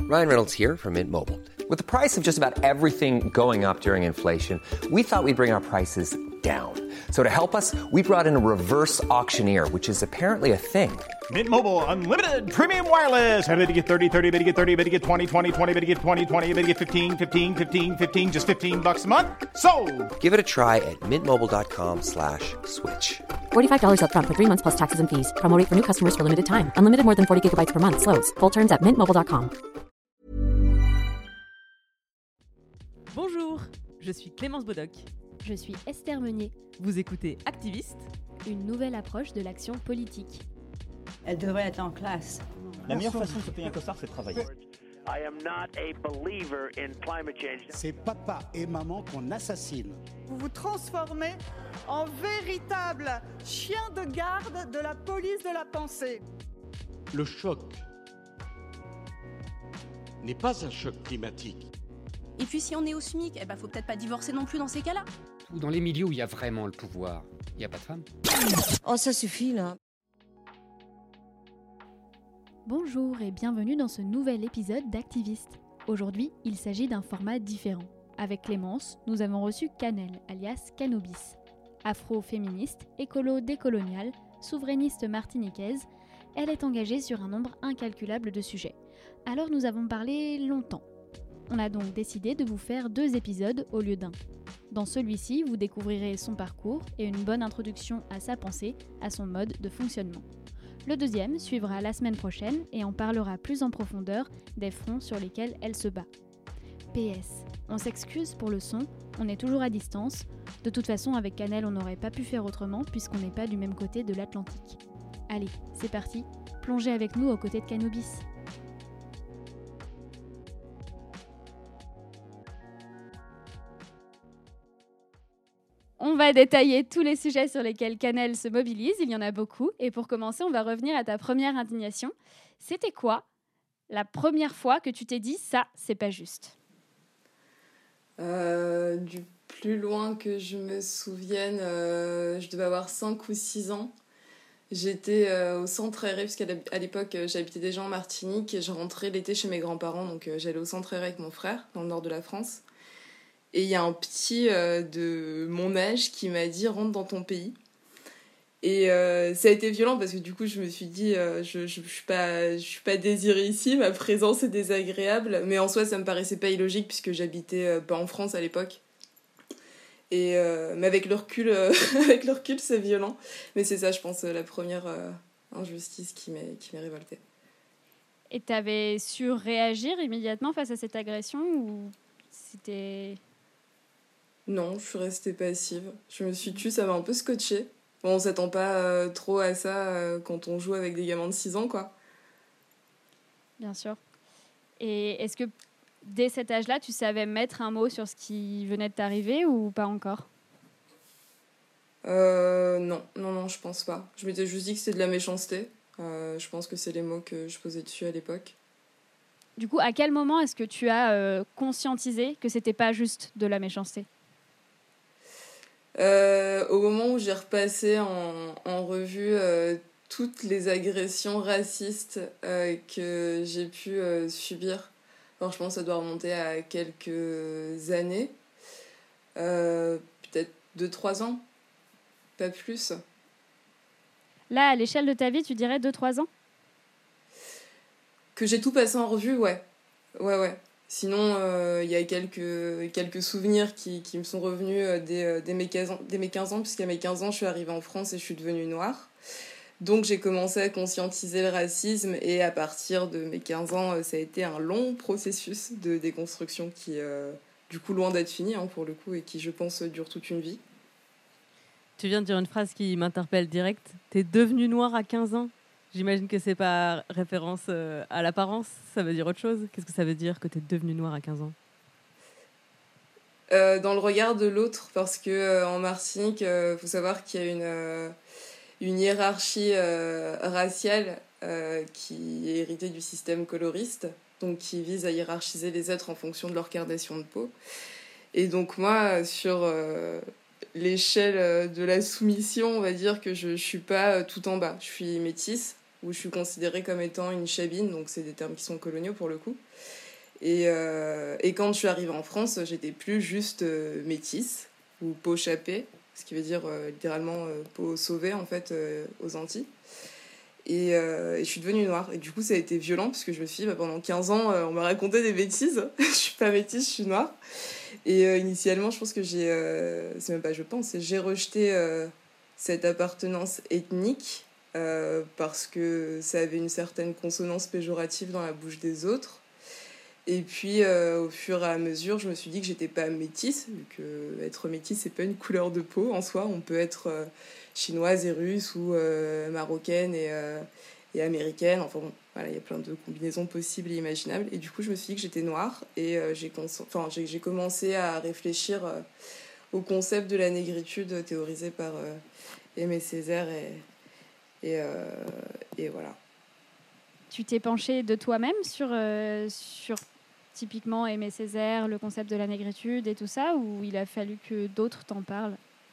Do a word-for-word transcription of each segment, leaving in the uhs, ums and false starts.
Ryan Reynolds here from Mint Mobile. With the price of just about everything going up during inflation, we thought we'd bring our prices down. So to help us, we brought in a reverse auctioneer, which is apparently a thing. Mint Mobile Unlimited Premium Wireless. How to get thirty, thirty, how to get thirty, how to get twenty, twenty, twenty, how to get twenty, twenty, how to get fifteen, fifteen, fifteen, fifteen, just fifteen bucks a month? Sold! Give it a try at mintmobile.com slash switch. forty-five dollars up front for three months plus taxes and fees. Promo rate for new customers for limited time. Unlimited more than forty gigabytes per month. Slows full terms at mint mobile dot com. Bonjour, je suis Clémence Bodoc. Je suis Esther Meunier. Vous écoutez Activiste, une nouvelle approche de l'action politique. Elle devrait être en classe. La meilleure façon de se payer un costard, c'est de travailler. I am not a believer in climate change. C'est papa et maman qu'on assassine. Vous vous transformez en véritable chien de garde de la police de la pensée. Le choc n'est pas un choc climatique. Et puis si on est au SMIC, eh ben faut peut-être pas divorcer non plus dans ces cas-là. Dans les milieux où il y a vraiment le pouvoir, il n'y a pas de femmes. Oh, ça suffit là. Bonjour et bienvenue dans ce nouvel épisode d'Activiste. Aujourd'hui, il s'agit d'un format différent. Avec Clémence, nous avons reçu Canel, alias Cannobis. Afro-féministe, écolo-décoloniale, souverainiste martiniquaise, elle est engagée sur un nombre incalculable de sujets. Alors nous avons parlé longtemps. On a donc décidé de vous faire deux épisodes au lieu d'un. Dans celui-ci, vous découvrirez son parcours et une bonne introduction à sa pensée, à son mode de fonctionnement. Le deuxième suivra la semaine prochaine et en parlera plus en profondeur des fronts sur lesquels elle se bat. P S. On s'excuse pour le son, on est toujours à distance. De toute façon, avec Canel, on n'aurait pas pu faire autrement puisqu'on n'est pas du même côté de l'Atlantique. Allez, c'est parti, plongez avec nous aux côtés de Cannobis. On va détailler tous les sujets sur lesquels Canel se mobilise, il y en a beaucoup. Et pour commencer, on va revenir à ta première indignation. C'était quoi la première fois que tu t'es dit « ça, c'est pas juste » ? euh, Du plus loin que je me souvienne, euh, je devais avoir cinq ou six ans. J'étais euh, au centre aéré, parce qu'à l'époque, j'habitais déjà en Martinique. Et je rentrais l'été chez mes grands-parents, donc euh, j'allais au centre aéré avec mon frère, dans le nord de la France. Et il y a un petit euh, de mon âge qui m'a dit « rentre dans ton pays ». Et euh, ça a été violent parce que du coup, je me suis dit euh, « je, je, je suis pas, je suis pas désirée ici, ma présence est désagréable ». Mais en soi, ça me paraissait pas illogique puisque j'habitais euh, pas en France à l'époque. Et, euh, mais avec le recul, euh, avec le recul, c'est violent. Mais c'est ça, je pense, la première euh, injustice qui m'est, qui m'est révoltée. Et t'avais su réagir immédiatement face à cette agression ou c'était... Non, je suis restée passive. Je me suis tue, ça m'a un peu scotché. Bon, on s'attend pas euh, trop à ça euh, quand on joue avec des gamins de six ans, quoi. Bien sûr. Et est-ce que dès cet âge-là, tu savais mettre un mot sur ce qui venait de t'arriver ou pas encore ? euh, Non, non, non, je pense pas. Je m'étais juste dit que c'était de la méchanceté. Euh, je pense que c'est les mots que je posais dessus à l'époque. Du coup, à quel moment est-ce que tu as euh, conscientisé que c'était pas juste de la méchanceté ? Euh, au moment où j'ai repassé en, en revue euh, toutes les agressions racistes euh, que j'ai pu euh, subir, alors je pense que ça doit remonter à quelques années, euh, peut-être deux trois ans, pas plus. Là, à l'échelle de ta vie, tu dirais deux trois ans ? Que j'ai tout passé en revue, ouais. Ouais, ouais. Sinon, il euh, y a quelques, quelques souvenirs qui, qui me sont revenus euh, dès, euh, dès, mes quinze ans, dès mes quinze ans, puisqu'à mes quinze ans, je suis arrivée en France et je suis devenue noire. Donc, j'ai commencé à conscientiser le racisme et à partir de mes quinze ans, euh, ça a été un long processus de déconstruction qui, euh, du coup, loin d'être fini, hein, pour le coup, et qui, je pense, dure toute une vie. Tu viens de dire une phrase qui m'interpelle direct. T'es devenue noire à quinze ans ? J'imagine que c'est pas référence euh, à l'apparence, ça veut dire autre chose. Qu'est-ce que ça veut dire que t'es devenue noire à quinze ans ? euh, Dans le regard de l'autre, parce que euh, en Martinique, il euh, faut savoir qu'il y a une, euh, une hiérarchie euh, raciale euh, qui est héritée du système coloriste, donc qui vise à hiérarchiser les êtres en fonction de leur carnation de peau. Et donc moi, sur euh, l'échelle de la soumission, on va dire que je, je suis pas tout en bas. Je suis métisse, où je suis considérée comme étant une chabine, donc c'est des termes qui sont coloniaux pour le coup. Et, euh, et quand je suis arrivée en France, j'étais plus juste euh, métisse ou peau chapée, ce qui veut dire euh, littéralement euh, peau sauvée en fait euh, aux Antilles. Et, euh, et je suis devenue noire. Et du coup, ça a été violent parce que je me suis dit, bah, pendant quinze ans, euh, on m'a raconté des bêtises. Je suis pas métisse, je suis noire. Et euh, initialement, je pense que j'ai... Euh, c'est même pas je pense, c'est j'ai rejeté euh, cette appartenance ethnique euh, parce que ça avait une certaine consonance péjorative dans la bouche des autres. Et puis, euh, au fur et à mesure, je me suis dit que j'étais pas métisse, vu que être métisse, c'est pas une couleur de peau en soi. On peut être euh, chinoise et russe ou euh, marocaine et, euh, et américaine. Enfin bon, voilà, il y a plein de combinaisons possibles et imaginables. Et du coup, je me suis dit que j'étais noire et euh, j'ai, cons- enfin, j'ai, j'ai commencé à réfléchir euh, au concept de la négritude théorisé par euh, Aimé Césaire et, et, euh, et voilà. Tu t'es penchée de toi-même sur, euh, sur typiquement Aimé Césaire, le concept de la négritude et tout ça, ou il a fallu que d'autres t'en parlent ?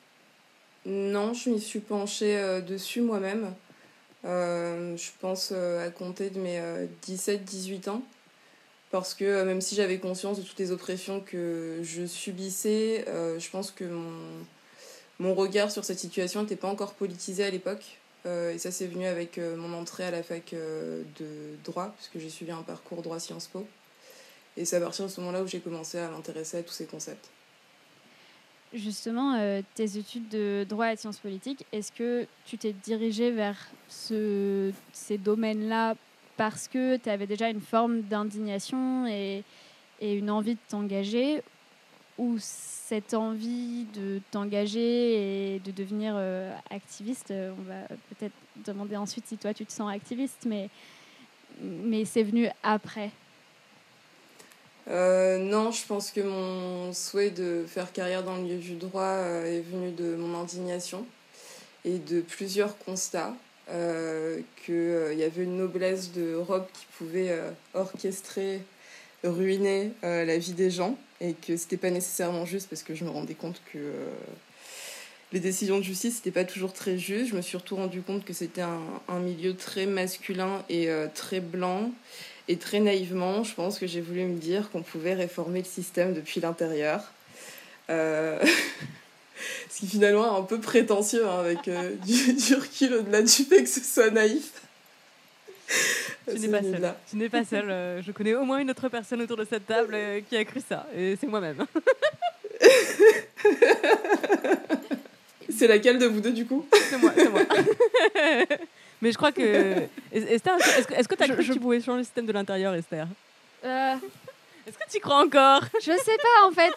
Non, je m'y suis penchée euh, dessus moi-même. Euh, je pense euh, à compter de mes euh, dix-sept dix-huit ans. Parce que euh, même si j'avais conscience de toutes les oppressions que je subissais, euh, je pense que mon, mon regard sur cette situation n'était pas encore politisé à l'époque. Euh, et ça, c'est venu avec euh, mon entrée à la fac euh, de droit, puisque j'ai suivi un parcours droit Sciences Po. Et c'est à partir de ce moment-là où j'ai commencé à m'intéresser à tous ces concepts. Justement, euh, tes études de droit et de sciences politiques, est-ce que tu t'es dirigée vers ce, ces domaines-là parce que tu avais déjà une forme d'indignation et, et une envie de t'engager, ou cette envie de t'engager et de devenir euh, activiste, euh, on va peut-être demander ensuite si toi tu te sens activiste, mais, mais c'est venu après? Euh, non, je pense que mon souhait de faire carrière dans le milieu du droit euh, est venu de mon indignation et de plusieurs constats. Euh, qu'il euh, y avait une noblesse de robe qui pouvait euh, orchestrer, ruiner euh, la vie des gens, et que c'était pas nécessairement juste, parce que je me rendais compte que euh, les décisions de justice c'était pas toujours très juste. Je me suis surtout rendu compte que c'était un, un milieu très masculin et euh, très blanc. Et très naïvement, je pense que j'ai voulu me dire qu'on pouvait réformer le système depuis l'intérieur. Euh... Ce qui finalement est un peu prétentieux, hein, avec euh, du, du recul au-delà du fait que ce soit naïf. Tu n'es pas seule. Tu n'es pas seule. Euh, je connais au moins une autre personne autour de cette table euh, qui a cru ça. Et c'est moi-même. C'est laquelle de vous deux, du coup ? C'est moi, c'est moi. Mais je crois que... Esther, est-ce que, est-ce que tu as cru je... que tu pouvais changer le système de l'intérieur, Esther ? euh... Est-ce que tu y crois encore ? Je sais pas, en fait.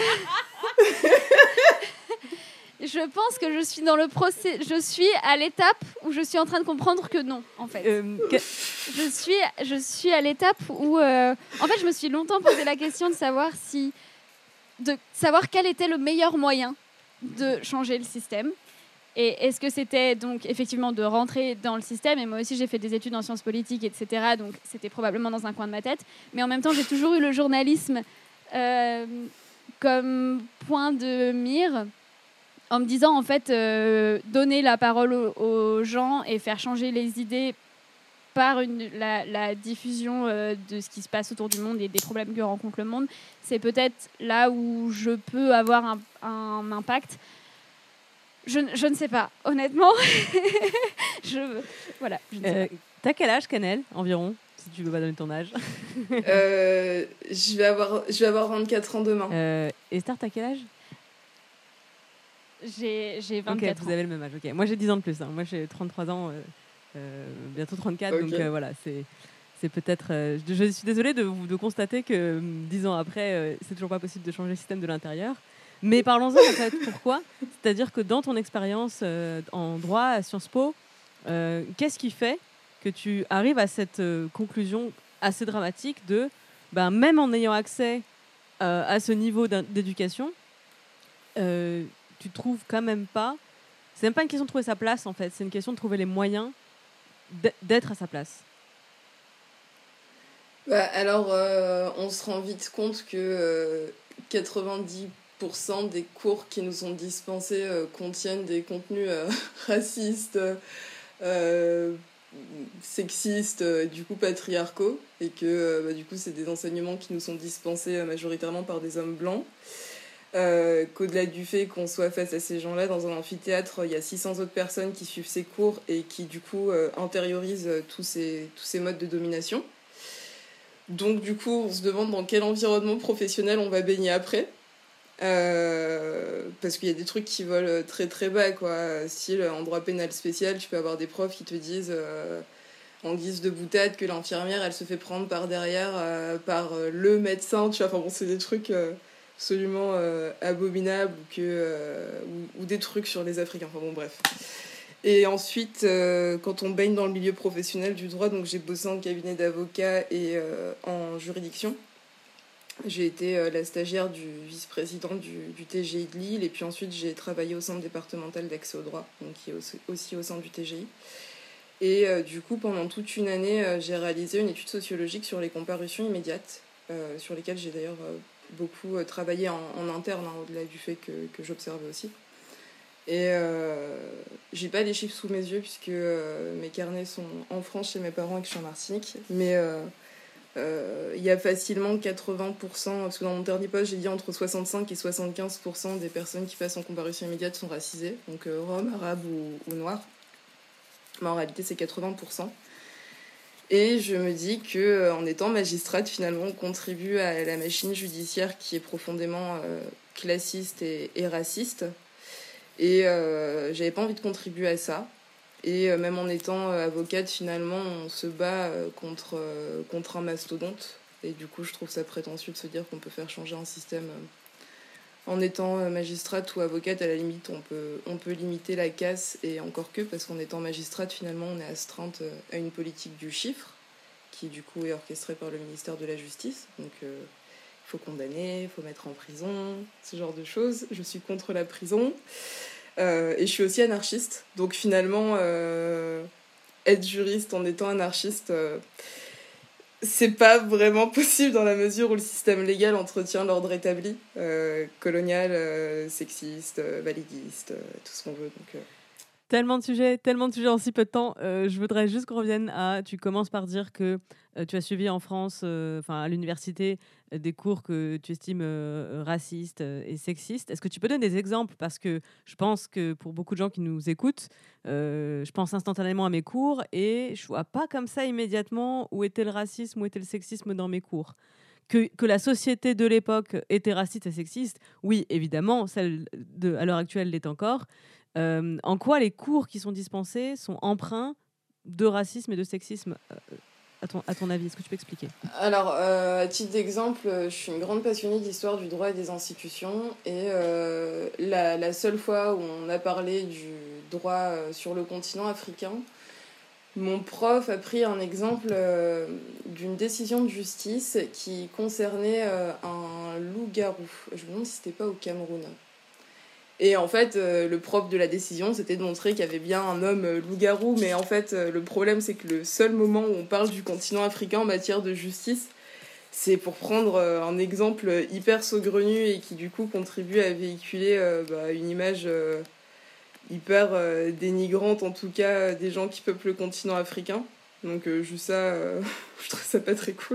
Je pense que je suis dans le procès... Je suis à l'étape où je suis en train de comprendre que non, en fait. Euh, que... je, suis, je suis à l'étape où... Euh... En fait, je me suis longtemps posé la question de savoir si... de savoir quel était le meilleur moyen de changer le système. Et est-ce que c'était donc effectivement de rentrer dans le système ? Et moi aussi, j'ai fait des études en sciences politiques, et cetera. Donc, c'était probablement dans un coin de ma tête. Mais en même temps, j'ai toujours eu le journalisme euh, comme point de mire, en me disant, en fait, euh, donner la parole aux, aux gens et faire changer les idées par une, la, la diffusion euh, de ce qui se passe autour du monde et des problèmes que rencontre le monde, c'est peut-être là où je peux avoir un, un impact. Je, je ne sais pas, honnêtement. je, voilà, je ne sais euh, pas. T'as quel âge, Canel, environ, si tu veux pas donner ton âge ? euh, je, vais avoir, je vais avoir vingt-quatre ans demain. Euh, Esther, t'as quel âge ? J'ai, j'ai vingt-quatre okay, ans. Vous avez le même âge, ok. Moi, j'ai dix ans de plus. Hein. Moi, j'ai trente-trois ans, euh, euh, bientôt trente-quatre. Okay. Donc, euh, voilà, c'est, c'est peut-être... Euh, je, je suis désolée de, de constater que dix ans après, euh, c'est toujours pas possible de changer le système de l'intérieur. Mais parlons-en, en fait. Pourquoi ? C'est-à-dire que dans ton expérience euh, en droit à Sciences Po, euh, qu'est-ce qui fait que tu arrives à cette euh, conclusion assez dramatique de, ben, même en ayant accès euh, à ce niveau d'éducation, euh, tu trouves quand même pas... C'est même pas une question de trouver sa place, en fait. C'est une question de trouver les moyens d'être à sa place. Bah, alors, euh, on se rend vite compte que euh, quatre-vingt-dix pour cent des cours qui nous sont dispensés euh, contiennent des contenus euh, racistes, euh, sexistes, euh, du coup patriarcaux, et que euh, bah, du coup c'est des enseignements qui nous sont dispensés euh, majoritairement par des hommes blancs. Euh, qu'au-delà du fait qu'on soit face à ces gens-là dans un amphithéâtre, il y a six cents autres personnes qui suivent ces cours et qui du coup euh, intériorisent euh, tous ces, tous ces modes de domination. Donc du coup on se demande dans quel environnement professionnel on va baigner après. Euh, parce qu'il y a des trucs qui volent très très bas, quoi. Style, en droit pénal spécial, tu peux avoir des profs qui te disent euh, en guise de boutade que l'infirmière elle se fait prendre par derrière euh, par euh, le médecin, tu vois. Enfin bon, c'est des trucs euh, absolument euh, abominables ou, que, euh, ou, ou des trucs sur les Africains. Enfin bon, bref. Et ensuite, euh, quand on baigne dans le milieu professionnel du droit, donc j'ai bossé en cabinet d'avocat et euh, en juridiction. J'ai été euh, la stagiaire du vice-président du, du T G I de Lille, et puis ensuite j'ai travaillé au centre départemental d'accès au droit, donc qui est aussi, aussi au sein du T G I. Et euh, du coup, pendant toute une année, euh, j'ai réalisé une étude sociologique sur les comparutions immédiates, euh, sur lesquelles j'ai d'ailleurs euh, beaucoup euh, travaillé en, en interne, hein, au-delà du fait que, que j'observais aussi. Et euh, j'ai pas les chiffres sous mes yeux, puisque euh, mes carnets sont en France chez mes parents et que je suis en Martinique, mais... Euh, il euh, y a facilement quatre-vingts pour cent, parce que dans mon dernier poste j'ai dit entre soixante-cinq et soixante-quinze pour cent des personnes qui passent en comparution immédiate sont racisées, donc euh, roms, arabes ou, ou noirs, mais en réalité c'est quatre-vingts pour cent. Et je me dis que en étant magistrate, finalement on contribue à la machine judiciaire qui est profondément euh, classiste et, et raciste, et euh, j'avais pas envie de contribuer à ça. Et même en étant avocate, finalement, on se bat contre, contre un mastodonte. Et du coup, je trouve ça prétentieux de se dire qu'on peut faire changer un système. En étant magistrate ou avocate, à la limite, on peut, on peut limiter la casse, et encore que, parce qu'en étant magistrate, finalement, on est astreinte à une politique du chiffre, qui du coup est orchestrée par le ministère de la Justice. Donc, il euh, faut condamner, il faut mettre en prison, ce genre de choses. Je suis contre la prison. Euh, et je suis aussi anarchiste, donc finalement euh, être juriste en étant anarchiste, euh, c'est pas vraiment possible dans la mesure où le système légal entretient l'ordre établi, euh, colonial, euh, sexiste, euh, validiste, euh, tout ce qu'on veut. Donc, euh... Tellement de sujets, tellement de sujets en si peu de temps. Euh, je voudrais juste qu'on revienne à... Tu commences par dire que euh, tu as suivi en France, euh, à l'université, euh, des cours que tu estimes euh, racistes euh, et sexistes. Est-ce que tu peux donner des exemples ? Parce que je pense que pour beaucoup de gens qui nous écoutent, euh, je pense instantanément à mes cours et je vois pas comme ça immédiatement où était le racisme, où était le sexisme dans mes cours. Que, que la société de l'époque était raciste et sexiste, oui, évidemment, celle de, à l'heure actuelle l'est encore. Euh, en quoi les cours qui sont dispensés sont empreints de racisme et de sexisme, euh, à, ton, à ton avis ? Est-ce que tu peux expliquer ? Alors, euh, à titre d'exemple, je suis une grande passionnée d'histoire du droit et des institutions, et euh, la, la seule fois où on a parlé du droit euh, sur le continent africain, mon prof a pris un exemple euh, d'une décision de justice qui concernait euh, un loup-garou. Je me demande si c'était pas au Cameroun. Et en fait, euh, le propre de la décision, c'était de montrer qu'il y avait bien un homme euh, loup-garou, mais en fait, euh, le problème, c'est que le seul moment où on parle du continent africain en matière de justice, c'est pour prendre euh, un exemple hyper saugrenu et qui, du coup, contribue à véhiculer euh, bah, une image euh, hyper euh, dénigrante, en tout cas, des gens qui peuplent le continent africain. Donc, euh, juste ça, euh, je trouve ça pas très cool.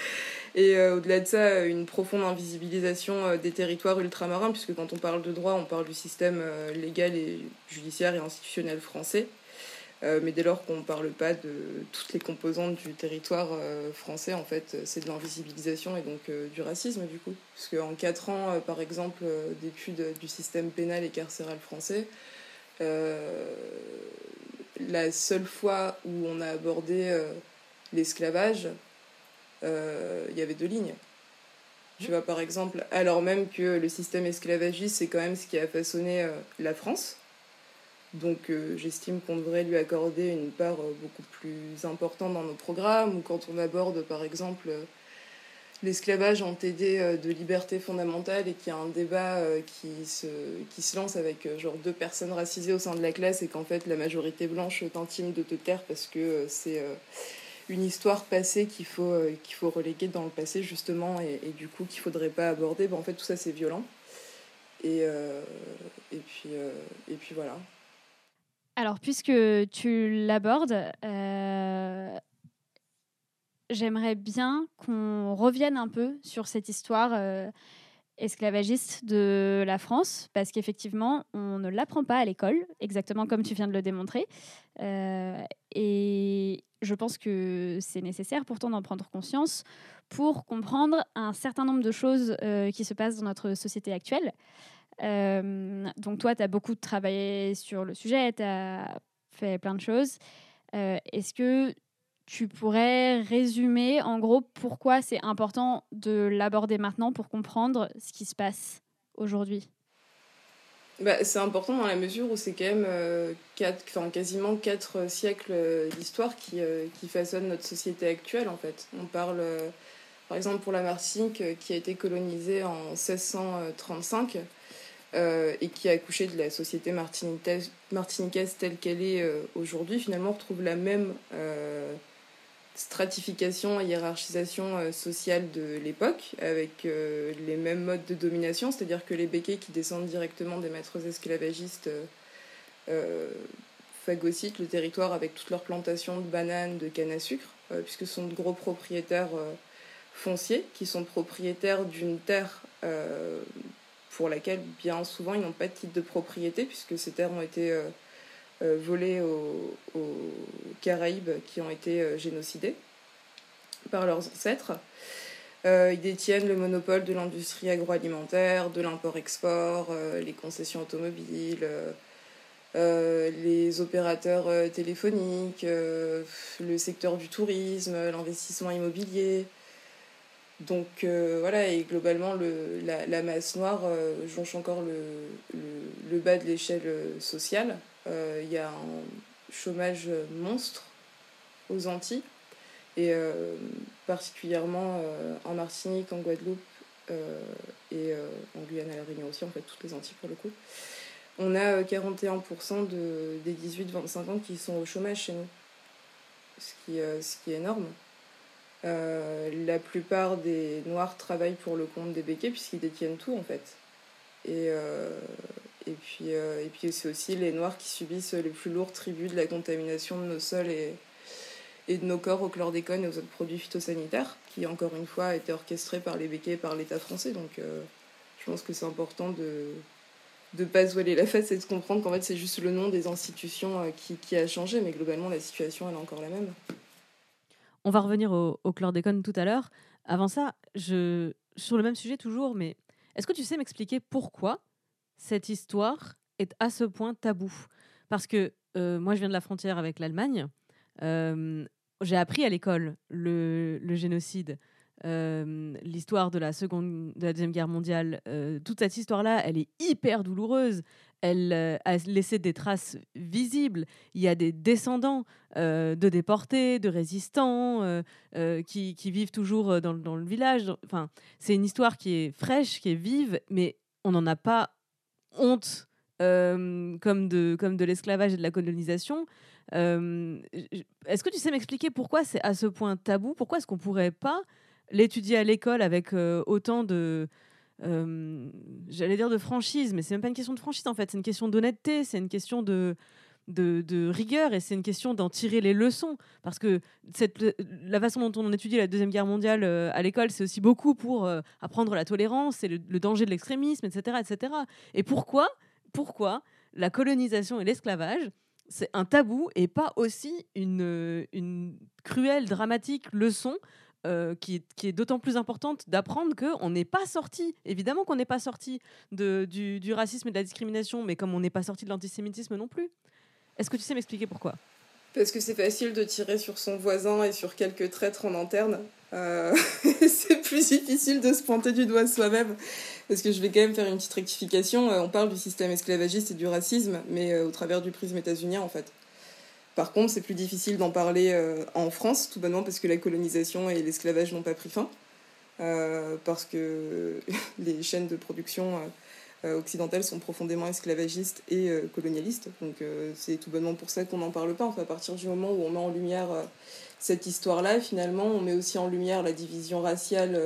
Et euh, au-delà de ça, une profonde invisibilisation euh, des territoires ultramarins, puisque quand on parle de droit, on parle du système euh, légal et judiciaire et institutionnel français. Euh, mais dès lors qu'on ne parle pas de toutes les composantes du territoire euh, français, en fait, c'est de l'invisibilisation et donc euh, du racisme, du coup. Puisque en quatre ans, euh, par exemple, euh, d'études du système pénal et carcéral français, euh, la seule fois où on a abordé euh, l'esclavage, il euh, y avait deux lignes. Tu vois, par exemple, alors même que le système esclavagiste, c'est quand même ce qui a façonné euh, la France. Donc euh, j'estime qu'on devrait lui accorder une part euh, beaucoup plus importante dans nos programmes, ou quand on aborde, par exemple, euh, l'esclavage en T D euh, de liberté fondamentale et qu'il y a un débat euh, qui, se, qui se lance avec euh, genre deux personnes racisées au sein de la classe et qu'en fait la majorité blanche t'intime de te taire parce que euh, c'est... Euh, une histoire passée qu'il faut, euh, qu'il faut reléguer dans le passé, justement, et, et du coup, qu'il ne faudrait pas aborder. Ben, en fait, tout ça, c'est violent. Et, euh, et, puis, euh, et puis, voilà. Alors, puisque tu l'abordes, euh, j'aimerais bien qu'on revienne un peu sur cette histoire euh, esclavagiste de la France, parce qu'effectivement, on ne l'apprend pas à l'école, exactement comme tu viens de le démontrer. Euh, et je pense que c'est nécessaire pourtant d'en prendre conscience pour comprendre un certain nombre de choses euh, qui se passent dans notre société actuelle. Euh, donc toi, tu as beaucoup travaillé sur le sujet, tu as fait plein de choses. Euh, est-ce que tu pourrais résumer, en gros, pourquoi c'est important de l'aborder maintenant pour comprendre ce qui se passe aujourd'hui ? Bah, c'est important dans la mesure où c'est quand même euh, quatre, enfin, quasiment quatre siècles d'histoire qui, euh, qui façonnent notre société actuelle, en fait. On parle, euh, par exemple, pour la Martinique, euh, qui a été colonisée en seize cent trente-cinq euh, et qui a accouché de la société martiniquaise, martiniquaise telle qu'elle est euh, aujourd'hui. Finalement, on retrouve la même... Euh, stratification et hiérarchisation euh, sociale de l'époque, avec euh, les mêmes modes de domination, c'est-à-dire que les békés qui descendent directement des maîtres esclavagistes euh, euh, phagocytent le territoire avec toutes leurs plantations de bananes, de canne à sucre, euh, puisque ce sont de gros propriétaires euh, fonciers qui sont propriétaires d'une terre euh, pour laquelle bien souvent ils n'ont pas de titre de propriété, puisque ces terres ont été euh, Euh, volés aux, aux Caraïbes qui ont été euh, génocidés par leurs ancêtres. Euh, ils détiennent le monopole de l'industrie agroalimentaire, de l'import-export, euh, les concessions automobiles, euh, euh, les opérateurs euh, téléphoniques, euh, le secteur du tourisme, l'investissement immobilier. Donc euh, voilà, et globalement, le, la, la masse noire euh, jonche encore le, le, le bas de l'échelle sociale. Il euh, y a un chômage monstre aux Antilles, et euh, particulièrement euh, en Martinique, en Guadeloupe euh, et euh, en Guyane, à La Réunion aussi, en fait, toutes les Antilles pour le coup. On a quarante et un pour cent de, des dix-huit vingt-cinq ans qui sont au chômage chez nous, ce qui, euh, ce qui est énorme. Euh, la plupart des Noirs travaillent pour le compte des békés puisqu'ils détiennent tout, en fait. Et, euh, et, puis, euh, et puis c'est aussi les Noirs qui subissent les plus lourds tributs de la contamination de nos sols et, et de nos corps au chlordécone et aux autres produits phytosanitaires, qui encore une fois a été orchestré par les békés et par l'État français. Donc euh, je pense que c'est important de ne pas se voiler la face et de comprendre qu'en fait c'est juste le nom des institutions qui, qui a changé, mais globalement la situation elle est encore la même. On va revenir au, au chlordécone tout à l'heure. Avant ça, je, sur le même sujet toujours, mais est-ce que tu sais m'expliquer pourquoi cette histoire est à ce point tabou ? Parce que euh, moi, je viens de la frontière avec l'Allemagne. Euh, j'ai appris à l'école le, le génocide, euh, l'histoire de la seconde, de la deuxième guerre mondiale. Euh, toute cette histoire-là, elle est hyper douloureuse. Elle euh, a laissé des traces visibles. Il y a des descendants euh, de déportés, de résistants euh, euh, qui, qui vivent toujours dans, dans le village. Enfin, c'est une histoire qui est fraîche, qui est vive, mais on n'en a pas honte euh, comme, de, comme de l'esclavage et de la colonisation. Euh, est-ce que tu sais m'expliquer pourquoi c'est à ce point tabou ? Pourquoi est-ce qu'on ne pourrait pas l'étudier à l'école avec euh, autant de... Euh, j'allais dire de franchise, mais c'est même pas une question de franchise en fait, c'est une question d'honnêteté, c'est une question de, de, de rigueur, et c'est une question d'en tirer les leçons, parce que cette, la façon dont on étudie la Deuxième Guerre mondiale euh, à l'école, c'est aussi beaucoup pour euh, apprendre la tolérance et le, le danger de l'extrémisme, et cetera, et cetera. Et pourquoi, pourquoi la colonisation et l'esclavage, c'est un tabou et pas aussi une, une cruelle, dramatique leçon Euh, qui, est, qui est d'autant plus importante d'apprendre qu'on n'est pas sorti, évidemment qu'on n'est pas sorti de, du, du racisme et de la discrimination, mais comme on n'est pas sorti de l'antisémitisme non plus. Est-ce que tu sais m'expliquer pourquoi ? Parce que c'est facile de tirer sur son voisin et sur quelques traîtres en interne. Euh, c'est plus difficile de se pointer du doigt soi-même. Parce que je vais quand même faire une petite rectification. On parle du système esclavagiste et du racisme, mais au travers du prisme états-unien, en fait. Par contre, c'est plus difficile d'en parler euh, en France, tout bonnement parce que la colonisation et l'esclavage n'ont pas pris fin, euh, parce que les chaînes de production euh, occidentales sont profondément esclavagistes et euh, colonialistes. Donc euh, c'est tout bonnement pour ça qu'on n'en parle pas. Enfin, à partir du moment où on met en lumière euh, cette histoire-là, finalement, on met aussi en lumière la division raciale euh,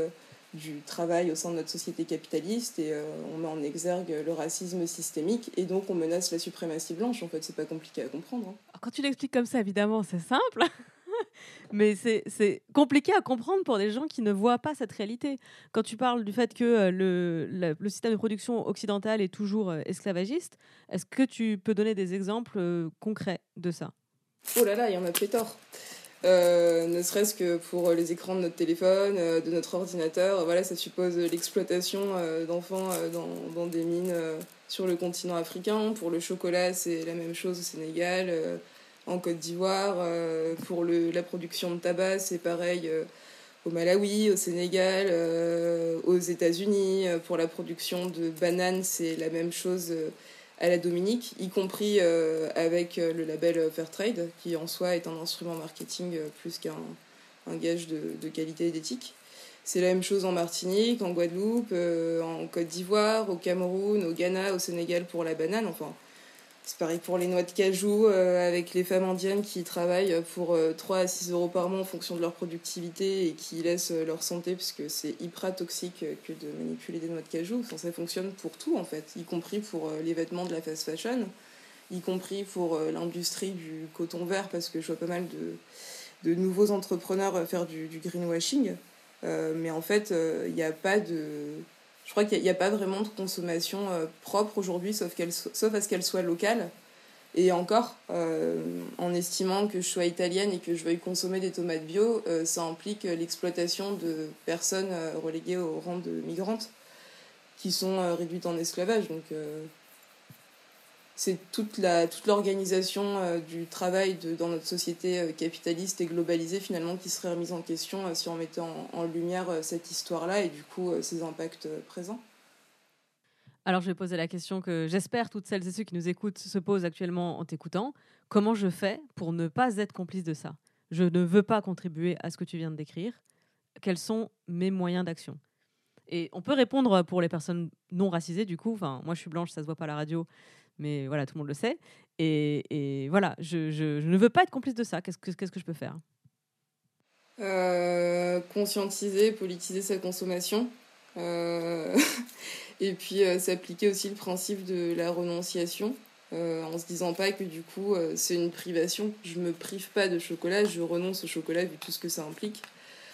du travail au sein de notre société capitaliste et euh, on met en exergue le racisme systémique et donc on menace la suprématie blanche. En fait, c'est pas compliqué à comprendre. Hein. Alors, quand tu l'expliques comme ça, évidemment, c'est simple, mais c'est, c'est compliqué à comprendre pour des gens qui ne voient pas cette réalité. Quand tu parles du fait que euh, le, le, le système de production occidental est toujours euh, esclavagiste, est-ce que tu peux donner des exemples euh, concrets de ça ? Oh là là, il y en a pléthore. Euh, ne serait-ce que pour les écrans de notre téléphone, euh, de notre ordinateur, voilà, ça suppose l'exploitation euh, d'enfants euh, dans, dans des mines euh, sur le continent africain. Pour le chocolat, c'est la même chose au Sénégal, euh, en Côte d'Ivoire. Euh, pour le, la production de tabac, c'est pareil euh, au Malawi, au Sénégal, euh, aux États-Unis. Pour la production de bananes, c'est la même chose euh, à la Dominique, y compris euh, avec euh, le label Fairtrade, qui en soi est un instrument marketing euh, plus qu'un un gage de, de qualité et d'éthique. C'est la même chose en Martinique, en Guadeloupe, euh, en Côte d'Ivoire, au Cameroun, au Ghana, au Sénégal pour la banane. Enfin, c'est pareil pour les noix de cajou, euh, avec les femmes indiennes qui travaillent pour euh, trois à six euros par mois en fonction de leur productivité et qui laissent euh, leur santé, parce que c'est hyper toxique que de manipuler des noix de cajou. Enfin, ça fonctionne pour tout, en fait, y compris pour euh, les vêtements de la fast fashion, y compris pour euh, l'industrie du coton vert, parce que je vois pas mal de, de nouveaux entrepreneurs faire du, du greenwashing. Euh, mais en fait, il euh, n'y a pas de... Je crois qu'il n'y a, a pas vraiment de consommation euh, propre aujourd'hui, sauf, qu'elle so- sauf à ce qu'elle soit locale. Et encore, euh, en estimant que je sois italienne et que je veuille consommer des tomates bio, euh, ça implique l'exploitation de personnes euh, reléguées au rang de migrantes qui sont euh, réduites en esclavage. Donc, euh, c'est toute, la, toute l'organisation euh, du travail de, dans notre société euh, capitaliste et globalisée, finalement, qui serait remise en question euh, si on mettait en, en lumière euh, cette histoire-là et du coup euh, ses impacts euh, présents. Alors, je vais poser la question que j'espère toutes celles et ceux qui nous écoutent se posent actuellement en t'écoutant. Comment je fais pour ne pas être complice de ça ? Je ne veux pas contribuer à ce que tu viens de décrire. Quels sont mes moyens d'action ? Et on peut répondre pour les personnes non racisées, du coup. Enfin, moi, je suis blanche, ça se voit pas à la radio, mais voilà, tout le monde le sait. Et, et voilà, je, je, je ne veux pas être complice de ça. Qu'est-ce que, qu'est-ce que je peux faire ? euh, Conscientiser, politiser sa consommation. Euh... et puis euh, s'appliquer aussi le principe de la renonciation, euh, en se disant pas que du coup euh, c'est une privation. Je me prive pas de chocolat, je renonce au chocolat vu tout ce que ça implique.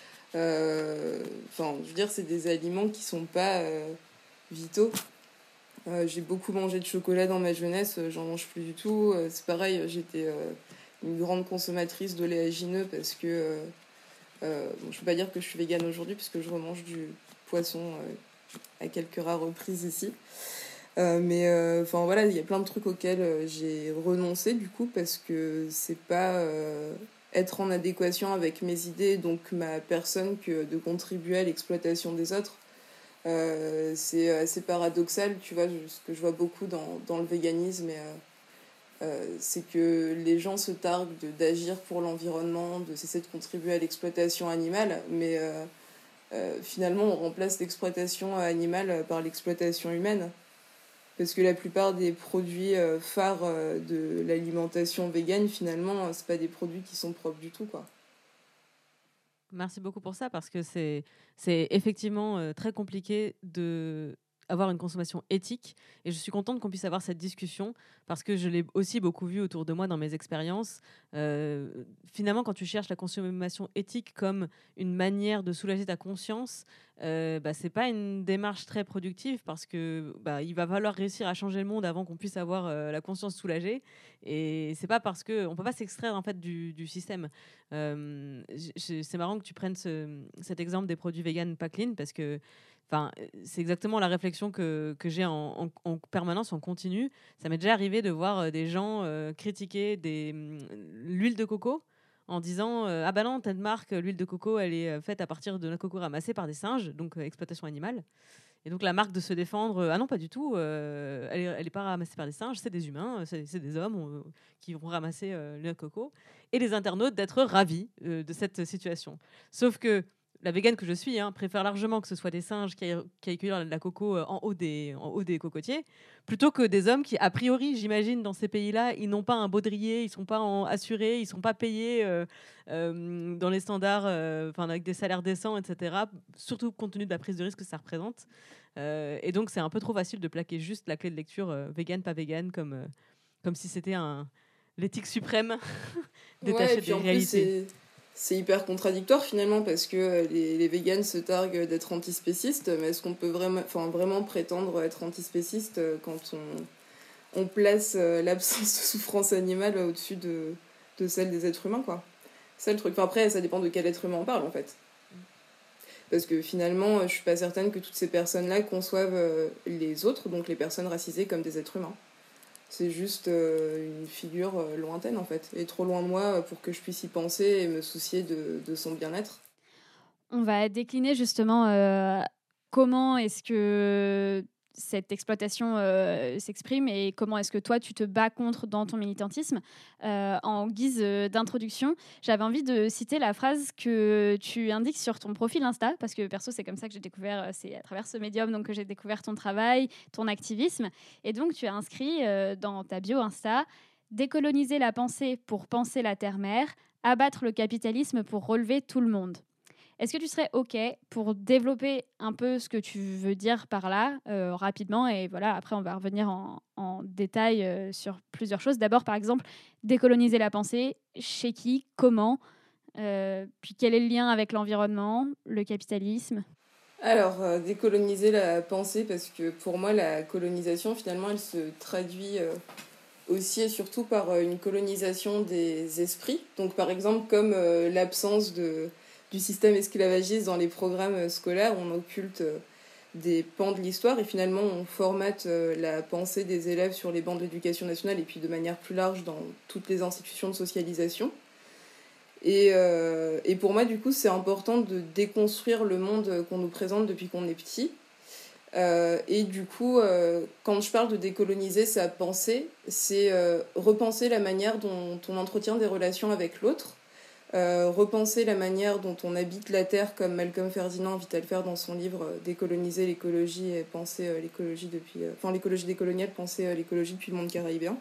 Euh, enfin, je veux dire, c'est des aliments qui sont pas euh, vitaux. Euh, j'ai beaucoup mangé de chocolat dans ma jeunesse, j'en mange plus du tout. Euh, c'est pareil, j'étais euh, une grande consommatrice d'oléagineux parce que euh, euh, bon, je peux pas dire que je suis végane aujourd'hui parce que je remange du poisson euh, à quelques rares reprises ici. Euh, mais enfin euh, voilà, il y a plein de trucs auxquels euh, j'ai renoncé du coup parce que c'est pas euh, être en adéquation avec mes idées, donc ma personne, que de contribuer à l'exploitation des autres. Euh, c'est assez paradoxal, tu vois, ce que je vois beaucoup dans, dans le véganisme, et, euh, euh, c'est que les gens se targuent de, d'agir pour l'environnement, de cesser de contribuer à l'exploitation animale, mais euh, euh, finalement on remplace l'exploitation animale par l'exploitation humaine. Parce que la plupart des produits euh, phares euh, de l'alimentation végane, finalement, c'est pas des produits qui sont propres du tout, quoi. Merci beaucoup pour ça, parce que c'est, c'est effectivement euh, très compliqué d'avoir une consommation éthique. Et je suis contente qu'on puisse avoir cette discussion, parce que je l'ai aussi beaucoup vu autour de moi dans mes expériences. Euh, finalement, quand tu cherches la consommation éthique comme une manière de soulager ta conscience, euh, bah, c'est pas une démarche très productive, parce que bah, il va falloir réussir à changer le monde avant qu'on puisse avoir euh, la conscience soulagée. Et c'est pas parce que on peut pas s'extraire en fait du, du système. Euh, j- c'est marrant que tu prennes ce, cet exemple des produits vegan pas clean, parce que enfin, c'est exactement la réflexion que, que j'ai en, en, en permanence, en continu. Ça m'est déjà arrivé de voir des gens euh, critiquer des, l'huile de coco en disant euh, ah bah non, telle marque, l'huile de coco, elle est faite à partir de la coco ramassée par des singes, donc euh, exploitation animale. Et donc la marque de se défendre, euh, ah non, pas du tout, euh, elle, est, elle est pas ramassée par des singes, c'est des humains, c'est, c'est des hommes on, qui vont ramasser euh, l'huile de coco. Et les internautes d'être ravis euh, de cette situation. Sauf que la végane que je suis hein, préfère largement que ce soit des singes qui aillent, qui aillent cueillir la coco en haut, des, en haut des cocotiers, plutôt que des hommes qui, a priori, j'imagine, dans ces pays-là, ils n'ont pas un baudrier, ils ne sont pas en, assurés, ils ne sont pas payés euh, euh, dans les standards, euh, avec des salaires décents, et cetera, surtout compte tenu de la prise de risque que ça représente. Euh, et donc, c'est un peu trop facile de plaquer juste la clé de lecture euh, vegan, pas vegan, comme, euh, comme si c'était un, l'éthique suprême détachée ouais, des réalités. Plus, c'est hyper contradictoire finalement parce que les, les véganes se targuent d'être antispécistes, mais est-ce qu'on peut vraiment, enfin, vraiment prétendre être antispéciste quand on, on place l'absence de souffrance animale au-dessus de, de celle des êtres humains, quoi. C'est le truc. Enfin, après, ça dépend de quel être humain on parle en fait. Parce que finalement, je suis pas certaine que toutes ces personnes-là conçoivent les autres, donc les personnes racisées, comme des êtres humains. C'est juste euh, une figure euh, lointaine en fait, et trop loin de moi pour que je puisse y penser et me soucier de, de son bien-être. On va décliner justement euh, comment est-ce que cette exploitation euh, s'exprime et comment est-ce que toi tu te bats contre dans ton militantisme. Euh, en guise d'introduction, j'avais envie de citer la phrase que tu indiques sur ton profil Insta, parce que perso c'est comme ça que j'ai découvert, c'est à travers ce médium donc que j'ai découvert ton travail, ton activisme, et donc tu as inscrit euh, dans ta bio Insta « Décoloniser la pensée pour penser la terre-mère, abattre le capitalisme pour relever tout le monde ». Est-ce que tu serais OK pour développer un peu ce que tu veux dire par là, euh, rapidement, et voilà, après on va revenir en, en détail euh, sur plusieurs choses. D'abord, par exemple, décoloniser la pensée, chez qui, comment, euh, puis quel est le lien avec l'environnement, le capitalisme ? Alors, euh, décoloniser la pensée, parce que pour moi, la colonisation, finalement, elle se traduit euh, aussi et surtout par euh, une colonisation des esprits. Donc, par exemple, comme euh, l'absence de... du système esclavagiste dans les programmes scolaires, on occulte des pans de l'histoire et finalement on formate la pensée des élèves sur les bancs de l'éducation nationale et puis de manière plus large dans toutes les institutions de socialisation. Et, euh, et pour moi, du coup, c'est important de déconstruire le monde qu'on nous présente depuis qu'on est petit. Euh, et du coup, euh, quand je parle de décoloniser sa pensée, c'est euh, repenser la manière dont on entretient des relations avec l'autre. Euh, repenser la manière dont on habite la Terre, comme Malcolm Ferdinand invite à le faire dans son livre euh, Décoloniser l'écologie et penser euh, l'écologie depuis, euh, enfin l'écologie décoloniale, penser euh, l'écologie depuis le monde caribéen.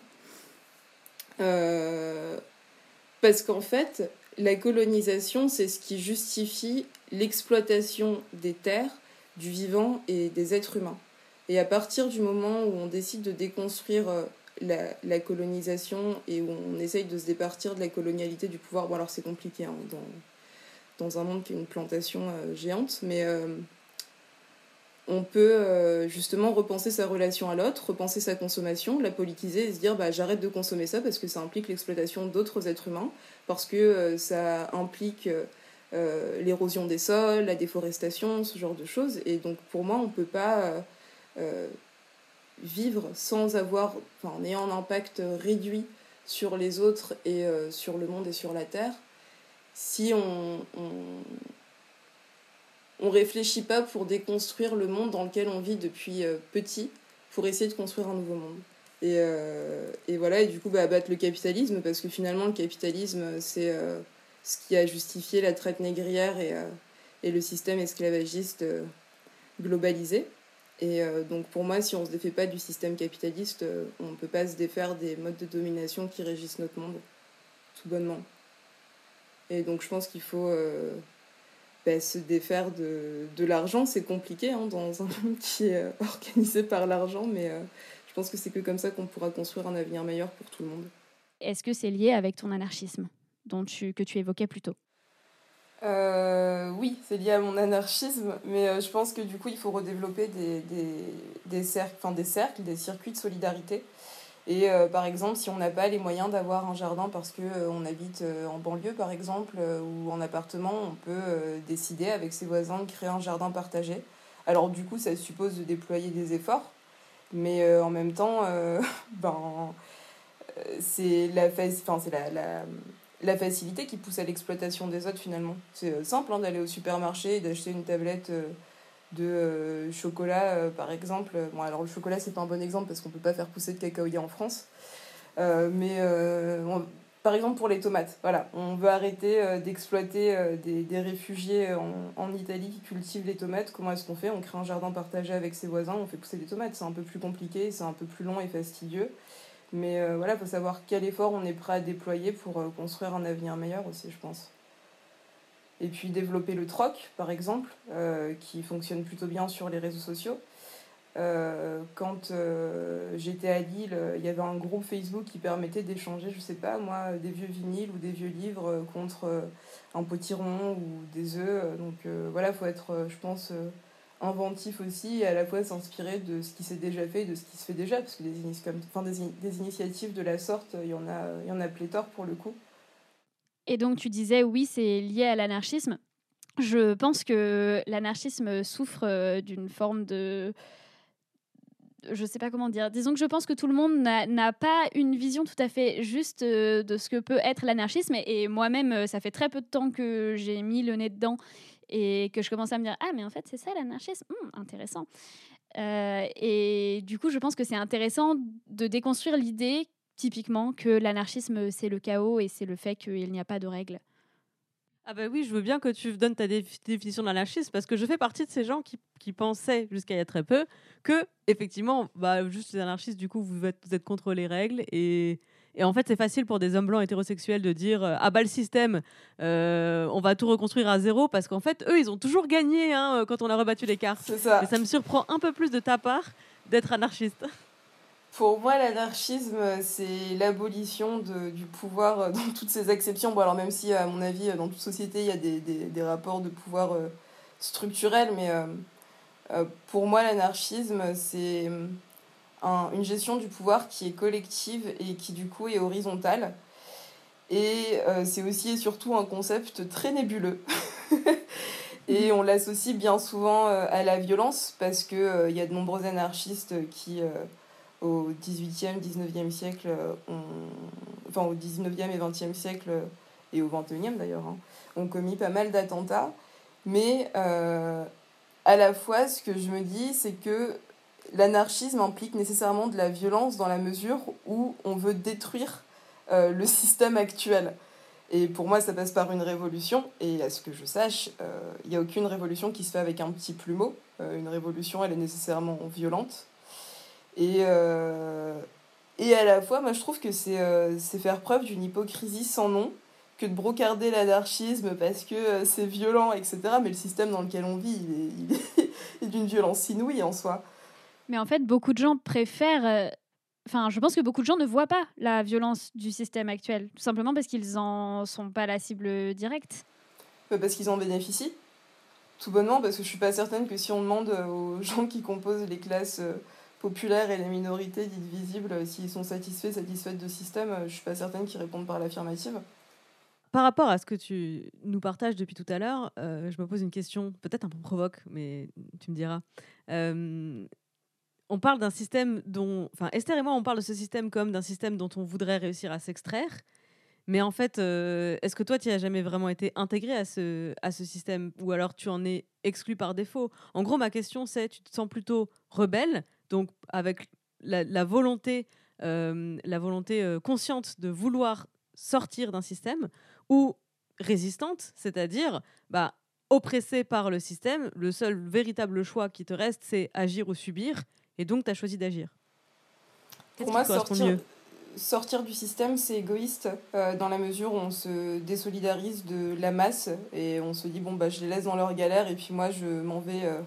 Euh, parce qu'en fait, la colonisation, c'est ce qui justifie l'exploitation des terres, du vivant et des êtres humains. Et à partir du moment où on décide de déconstruire euh, La, la colonisation et où on essaye de se départir de la colonialité du pouvoir. Bon, alors c'est compliqué hein, dans, dans un monde qui est une plantation euh, géante, mais euh, on peut euh, justement repenser sa relation à l'autre, repenser sa consommation, la politiser et se dire bah, j'arrête de consommer ça parce que ça implique l'exploitation d'autres êtres humains, parce que euh, ça implique euh, l'érosion des sols, la déforestation, ce genre de choses. Et donc pour moi, on ne peut pas... Euh, euh, vivre sans avoir, enfin, en ayant un impact réduit sur les autres et euh, sur le monde et sur la Terre, si on, on, on réfléchit pas pour déconstruire le monde dans lequel on vit depuis euh, petit, pour essayer de construire un nouveau monde. Et, euh, et voilà, et du coup, bah, abattre le capitalisme, parce que finalement, le capitalisme, c'est euh, ce qui a justifié la traite négrière et, euh, et le système esclavagiste euh, globalisé. Et euh, donc pour moi, si on ne se défait pas du système capitaliste, euh, on ne peut pas se défaire des modes de domination qui régissent notre monde, tout bonnement. Et donc je pense qu'il faut euh, bah, se défaire de, de l'argent. C'est compliqué hein, dans un monde qui est euh, organisé par l'argent, mais euh, je pense que c'est que comme ça qu'on pourra construire un avenir meilleur pour tout le monde. Est-ce que c'est lié avec ton anarchisme dont tu, que tu évoquais plus tôt ? Euh, oui, c'est lié à mon anarchisme, mais euh, je pense que du coup, il faut redévelopper des, des, des, cercles, enfin, des cercles, des circuits de solidarité. Et euh, par exemple, si on n'a pas les moyens d'avoir un jardin parce qu'on euh, habite euh, en banlieue, par exemple, euh, ou en appartement, on peut euh, décider avec ses voisins de créer un jardin partagé. Alors du coup, ça suppose de déployer des efforts, mais euh, en même temps, euh, ben, c'est la... Enfin, c'est la, la la facilité qui pousse à l'exploitation des autres finalement. C'est simple hein, d'aller au supermarché et d'acheter une tablette de euh, chocolat euh, par exemple. Bon alors le chocolat c'est pas un bon exemple parce qu'on peut pas faire pousser de cacaoyer en France. Euh, mais euh, on, par exemple pour les tomates, voilà, on veut arrêter euh, d'exploiter euh, des, des réfugiés en, en Italie qui cultivent les tomates. Comment est-ce qu'on fait ? On crée un jardin partagé avec ses voisins, on fait pousser des tomates. C'est un peu plus compliqué, c'est un peu plus long et fastidieux. Mais euh, voilà, il faut savoir quel effort on est prêt à déployer pour euh, construire un avenir meilleur aussi, je pense. Et puis développer le troc, par exemple, euh, qui fonctionne plutôt bien sur les réseaux sociaux. Euh, quand euh, j'étais à Lille, il y avait un groupe Facebook qui permettait d'échanger, je sais pas moi, des vieux vinyles ou des vieux livres euh, contre euh, un potiron ou des œufs. Donc euh, voilà, il faut être, euh, je pense, euh, inventif aussi et à la fois s'inspirer de ce qui s'est déjà fait et de ce qui se fait déjà, parce que des, inici- comme, enfin, des, des initiatives de la sorte, il y en a, il y en a pléthore pour le coup. Et donc tu disais, oui, c'est lié à l'anarchisme. Je pense que l'anarchisme souffre d'une forme de... Je ne sais pas comment dire. Disons que je pense que tout le monde n'a, n'a pas une vision tout à fait juste euh, de ce que peut être l'anarchisme. Et, et moi-même, euh, ça fait très peu de temps que j'ai mis le nez dedans et que je commence à me dire « Ah, mais en fait, c'est ça l'anarchisme hum, intéressant. Euh, » Et du coup, je pense que c'est intéressant de déconstruire l'idée, typiquement, que l'anarchisme, c'est le chaos et c'est le fait qu'il n'y a pas de règles. Ah bah oui, je veux bien que tu donnes ta déf- définition de l'anarchisme parce que je fais partie de ces gens qui, qui pensaient jusqu'à il y a très peu que effectivement, bah juste les anarchistes du coup vous êtes, vous êtes contre les règles et, et en fait c'est facile pour des hommes blancs hétérosexuels de dire euh, ah bah le système, euh, on va tout reconstruire à zéro parce qu'en fait eux ils ont toujours gagné hein, quand on a rebattu les cartes. C'est ça. Et ça me surprend un peu plus de ta part d'être anarchiste. Pour moi, l'anarchisme, c'est l'abolition de, du pouvoir dans toutes ses acceptions. Bon, alors même si, à mon avis, dans toute société, il y a des, des, des rapports de pouvoir euh, structurels, mais euh, euh, pour moi, l'anarchisme, c'est un, une gestion du pouvoir qui est collective et qui, du coup, est horizontale. Et euh, c'est aussi et surtout un concept très nébuleux. Et on l'associe bien souvent euh, à la violence, parce qu'il euh, y a de nombreux anarchistes qui... Euh, au dix-huitième, dix-neuvième siècle, on... enfin au dix-neuvième et vingtième siècle, et au vingt et unième d'ailleurs, hein, ont commis pas mal d'attentats. Mais euh, à la fois, ce que je me dis, c'est que l'anarchisme implique nécessairement de la violence dans la mesure où on veut détruire euh, le système actuel. Et pour moi, ça passe par une révolution. Et à ce que je sache, il euh, n'y a aucune révolution qui se fait avec un petit plumeau. Euh, une révolution, elle est nécessairement violente. Et, euh, et à la fois, moi je trouve que c'est, euh, c'est faire preuve d'une hypocrisie sans nom, que de brocarder l'anarchisme parce que euh, c'est violent, et cetera. Mais le système dans lequel on vit, il est, il est, il est d'une violence inouïe en soi. Mais en fait, beaucoup de gens préfèrent... Enfin, euh, je pense que beaucoup de gens ne voient pas la violence du système actuel, tout simplement parce qu'ils n'en sont pas la cible directe. Parce qu'ils en bénéficient. Tout bonnement, parce que je ne suis pas certaine que si on demande aux gens qui composent les classes... Euh, populaires et les minorités dites visibles, s'ils sont satisfaits, satisfaites de système, je ne suis pas certaine qu'ils répondent par l'affirmative. Par rapport à ce que tu nous partages depuis tout à l'heure, euh, je me pose une question, peut-être un peu provoque, mais tu me diras. Euh, on parle d'un système dont... Enfin, Esther et moi, on parle de ce système comme d'un système dont on voudrait réussir à s'extraire. Mais en fait, euh, est-ce que toi, tu n'as jamais vraiment été intégré à ce, à ce système ? Ou alors tu en es exclu par défaut ? En gros, ma question, c'est, tu te sens plutôt rebelle, donc avec la, la volonté, euh, la volonté euh, consciente de vouloir sortir d'un système, ou résistante, c'est-à-dire bah, oppressée par le système, le seul véritable choix qui te reste, c'est agir ou subir, et donc tu as choisi d'agir. Qu'est-ce Pour moi, qui te correspond sortir, mieux ? sortir du système, c'est égoïste, euh, dans la mesure où on se désolidarise de la masse, et on se dit, bon, bah, je les laisse dans leur galère, et puis moi, je m'en vais... Euh,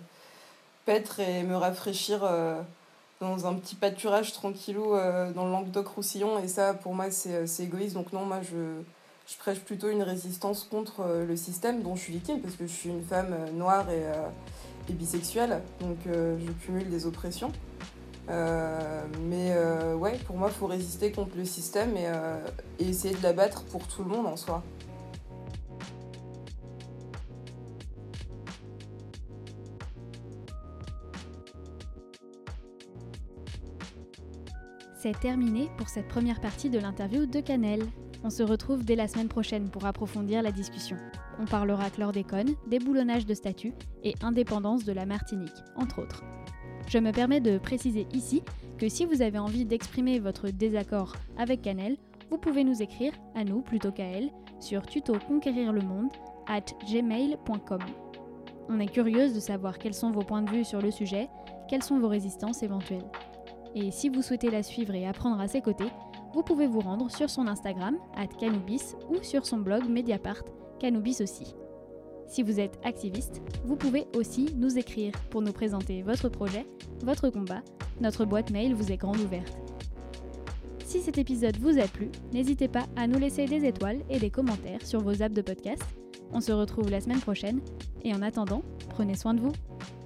paître et me rafraîchir euh, dans un petit pâturage tranquillou euh, dans le Languedoc-Roussillon, et ça pour moi c'est, c'est égoïste. Donc non, moi je, je prêche plutôt une résistance contre euh, le système dont je suis victime, parce que je suis une femme euh, noire et, euh, et bisexuelle, donc euh, je cumule des oppressions. Euh, mais euh, ouais, pour moi il faut résister contre le système et, euh, et essayer de l'abattre pour tout le monde en soi. C'est terminé pour cette première partie de l'interview de Canel. On se retrouve dès la semaine prochaine pour approfondir la discussion. On parlera chlordécone, déboulonnage de statut et indépendance de la Martinique, entre autres. Je me permets de préciser ici que si vous avez envie d'exprimer votre désaccord avec Canel, vous pouvez nous écrire, à nous plutôt qu'à elle, sur tutoconquérirlemonde arobase gmail point com. On est curieuse de savoir quels sont vos points de vue sur le sujet, quelles sont vos résistances éventuelles. Et si vous souhaitez la suivre et apprendre à ses côtés, vous pouvez vous rendre sur son Instagram, arobase canoubis, ou sur son blog Mediapart, Canoubis aussi. Si vous êtes activiste, vous pouvez aussi nous écrire pour nous présenter votre projet, votre combat. Notre boîte mail vous est grande ouverte. Si cet épisode vous a plu, n'hésitez pas à nous laisser des étoiles et des commentaires sur vos apps de podcast. On se retrouve la semaine prochaine et en attendant, prenez soin de vous.